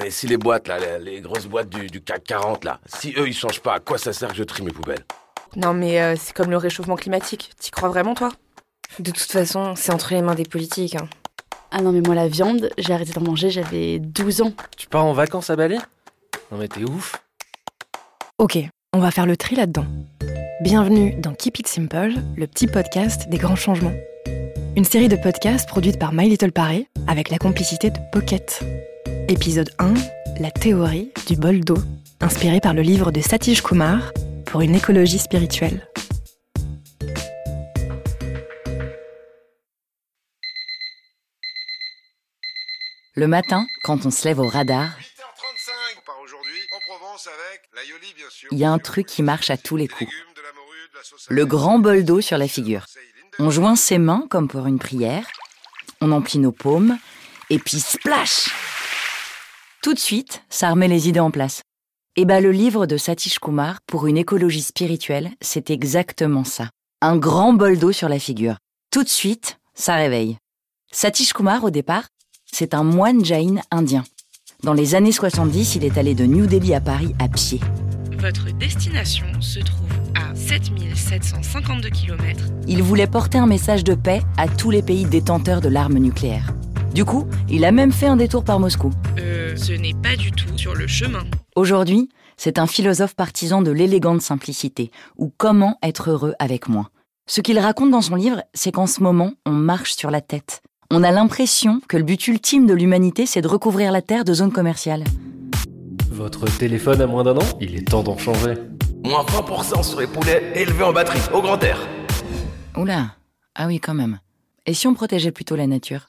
Et si les boîtes, là, les grosses boîtes du CAC 40, là, si eux, ils changent pas, à quoi ça sert que je trie mes poubelles? Non mais c'est comme le réchauffement climatique. T'y crois vraiment, toi? De toute façon, c'est entre les mains des politiques. Hein. Ah non mais moi la viande, j'ai arrêté d'en manger, j'avais 12 ans. Tu pars en vacances à Bali? Non mais t'es ouf. Ok, on va faire le tri là-dedans. Bienvenue dans Keep It Simple, le petit podcast des grands changements. Une série de podcasts produite par My Little Paris avec la complicité de Pocket. Épisode 1, la théorie du bol d'eau, inspiré par le livre de Satish Kumar pour une écologie spirituelle. Le matin, quand on se lève au radar, 8h35 on part aujourd'hui en Provence avec l'aïoli bien sûr. il y a un truc qui marche à tous les coups. Le grand bol d'eau sur la figure. On joint ses mains comme pour une prière, on emplit nos paumes, et puis splash! Tout de suite, ça remet les idées en place. Et le livre de Satish Kumar, pour une écologie spirituelle, c'est exactement ça. Un grand bol d'eau sur la figure. Tout de suite, ça réveille. Satish Kumar, au départ, c'est un moine jain indien. Dans les années 70, il est allé de New Delhi à Paris à pied. Votre destination se trouve à 7752 km. Il voulait porter un message de paix à tous les pays détenteurs de l'arme nucléaire. Du coup, il a même fait un détour par Moscou. Ce n'est pas du tout sur le chemin. Aujourd'hui, c'est un philosophe partisan de l'élégante simplicité, ou comment être heureux avec moins. Ce qu'il raconte dans son livre, c'est qu'en ce moment, on marche sur la tête. On a l'impression que le but ultime de l'humanité, c'est de recouvrir la Terre de zones commerciales. Votre téléphone a moins d'1 an? Il est temps d'en changer. Moins 20% sur les poulets élevés en batterie, au grand air. Oula, ah oui quand même. Et si on protégeait plutôt la nature?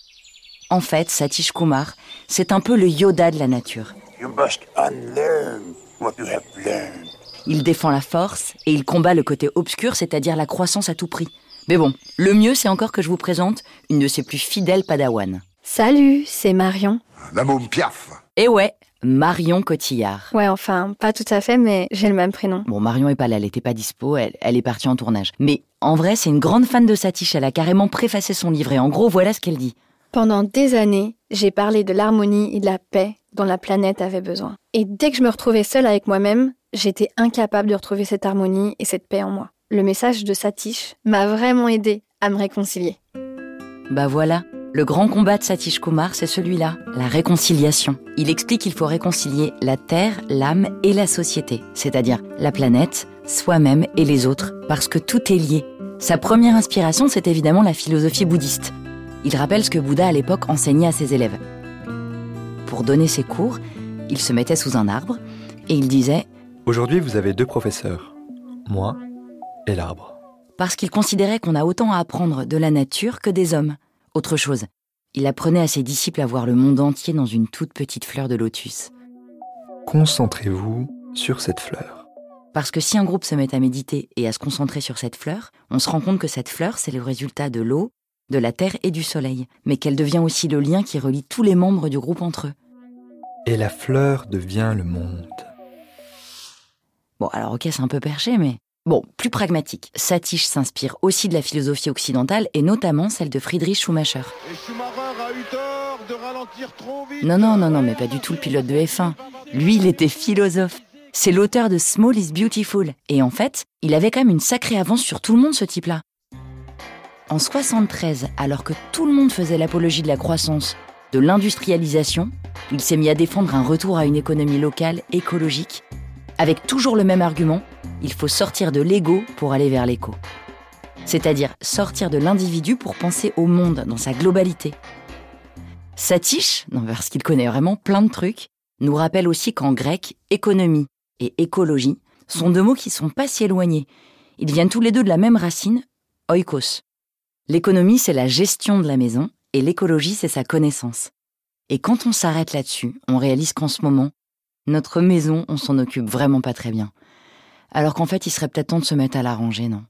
En fait, Satish Kumar, c'est un peu le Yoda de la nature. You must unlearn what you have learned. Il défend la force et il combat le côté obscur, c'est-à-dire la croissance à tout prix. Mais bon, le mieux c'est encore que je vous présente une de ses plus fidèles padawans. Salut, c'est Marion. La môme Piaf. Et ouais, Marion Cotillard. Ouais, enfin, pas tout à fait, mais j'ai le même prénom. Bon, Marion est pas là, elle était pas dispo, elle est partie en tournage. Mais en vrai, c'est une grande fan de Satish, elle a carrément préfacé son livre et en gros, voilà ce qu'elle dit. Pendant des années, j'ai parlé de l'harmonie et de la paix dont la planète avait besoin. Et dès que je me retrouvais seule avec moi-même, j'étais incapable de retrouver cette harmonie et cette paix en moi. Le message de Satish m'a vraiment aidée à me réconcilier. Bah voilà, le grand combat de Satish Kumar, c'est celui-là, la réconciliation. Il explique qu'il faut réconcilier la terre, l'âme et la société, c'est-à-dire la planète, soi-même et les autres, parce que tout est lié. Sa première inspiration, c'est évidemment la philosophie bouddhiste. Il rappelle ce que Bouddha à l'époque enseignait à ses élèves. Pour donner ses cours, il se mettait sous un arbre et il disait « Aujourd'hui, vous avez 2 professeurs, moi et l'arbre. » Parce qu'il considérait qu'on a autant à apprendre de la nature que des hommes. Autre chose, il apprenait à ses disciples à voir le monde entier dans une toute petite fleur de lotus. Concentrez-vous sur cette fleur. Parce que si un groupe se met à méditer et à se concentrer sur cette fleur, on se rend compte que cette fleur, c'est le résultat de l'eau, de la terre et du soleil, mais qu'elle devient aussi le lien qui relie tous les membres du groupe entre eux. Et la fleur devient le monde. Bon, alors ok, c'est un peu perché, mais... Bon, plus pragmatique. Satish s'inspire aussi de la philosophie occidentale, et notamment celle de Friedrich Schumacher. Et Schumacher a eu tort de ralentir trop vite. Non, mais pas du tout le pilote de F1. Lui, il était philosophe. C'est l'auteur de Small is Beautiful. Et en fait, il avait quand même une sacrée avance sur tout le monde, ce type-là. En 73, alors que tout le monde faisait l'apologie de la croissance, de l'industrialisation, il s'est mis à défendre un retour à une économie locale, écologique, avec toujours le même argument, il faut sortir de l'ego pour aller vers l'éco. C'est-à-dire sortir de l'individu pour penser au monde dans sa globalité. Satish, parce qu'il connaît vraiment plein de trucs, nous rappelle aussi qu'en grec, économie et écologie sont 2 mots qui sont pas si éloignés. Ils viennent tous les 2 de la même racine, oikos. L'économie, c'est la gestion de la maison, et l'écologie, c'est sa connaissance. Et quand on s'arrête là-dessus, on réalise qu'en ce moment, notre maison, on s'en occupe vraiment pas très bien. Alors qu'en fait, il serait peut-être temps de se mettre à la ranger, non?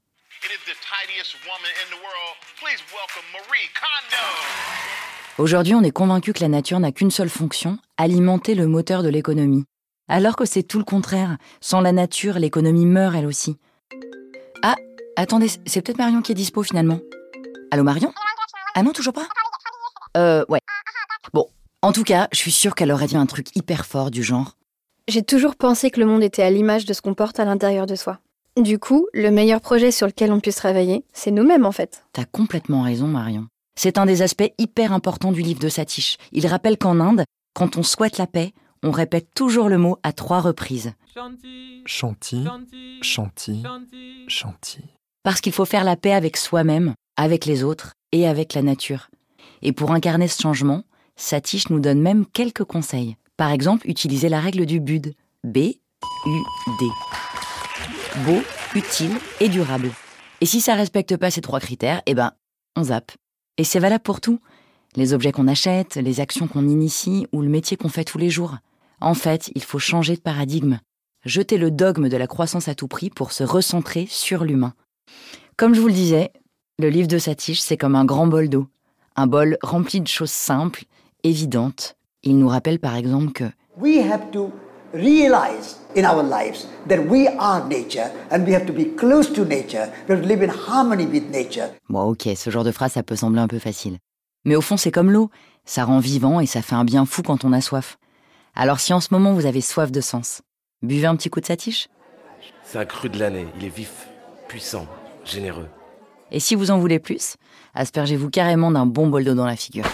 Aujourd'hui, on est convaincu que la nature n'a qu'une seule fonction, alimenter le moteur de l'économie. Alors que c'est tout le contraire. Sans la nature, l'économie meurt elle aussi. Ah, attendez, c'est peut-être Marion qui est dispo finalement. Allô Marion? Ah non, toujours pas? Ouais. Bon, En tout cas, je suis sûre qu'elle aurait dit un truc hyper fort du genre « J'ai toujours pensé que le monde était à l'image de ce qu'on porte à l'intérieur de soi. Du coup, le meilleur projet sur lequel on puisse travailler, c'est nous-mêmes en fait. » T'as complètement raison, Marion. C'est un des aspects hyper importants du livre de Satish. Il rappelle qu'en Inde, quand on souhaite la paix, on répète toujours le mot à 3 reprises. Chanti, chanti, chanti. Parce qu'il faut faire la paix avec soi-même, avec les autres et avec la nature. Et pour incarner ce changement, Satish nous donne même quelques conseils. Par exemple, utiliser la règle du BUD. B-U-D. Beau, utile et durable. Et si ça respecte pas ces 3 critères, on zappe. Et c'est valable pour tout. Les objets qu'on achète, les actions qu'on initie ou le métier qu'on fait tous les jours. En fait, il faut changer de paradigme. Jeter le dogme de la croissance à tout prix pour se recentrer sur l'humain. Comme je vous le disais, le livre de Satish, c'est comme un grand bol d'eau. Un bol rempli de choses simples, évidentes. Il nous rappelle par exemple que we have to realize in our lives that we are nature and we have to be close to nature, we have to live in harmony with nature. Bon, ok, ce genre de phrase, ça peut sembler un peu facile. Mais au fond, c'est comme l'eau. Ça rend vivant et ça fait un bien fou quand on a soif. Alors si en ce moment vous avez soif de sens, buvez un petit coup de Satish. C'est un cru de l'année. Il est vif, puissant, généreux. Et si vous en voulez plus, aspergez-vous carrément d'un bon bol d'eau dans la figure.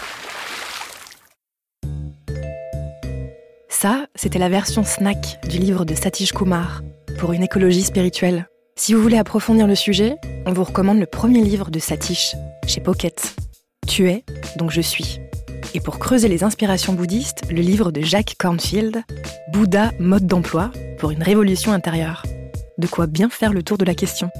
Ça, c'était la version snack du livre de Satish Kumar, Pour une écologie spirituelle. Si vous voulez approfondir le sujet, on vous recommande le premier livre de Satish, chez Pocket. Tu es, donc je suis. Et pour creuser les inspirations bouddhistes, le livre de Jacques Kornfield, Bouddha, mode d'emploi, pour une révolution intérieure. De quoi bien faire le tour de la question.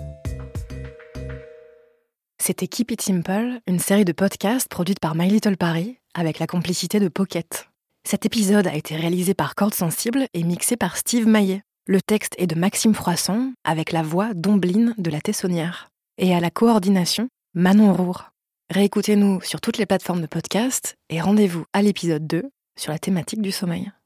C'était Keep It Simple, une série de podcasts produite par My Little Paris, avec la complicité de Pocket. Cet épisode a été réalisé par Cordes Sensibles et mixé par Steve Maillet. Le texte est de Maxime Froisson, avec la voix d'Ombline de la Tessonnière. Et à la coordination, Manon Roure. Réécoutez-nous sur toutes les plateformes de podcast et rendez-vous à l'épisode 2 sur la thématique du sommeil.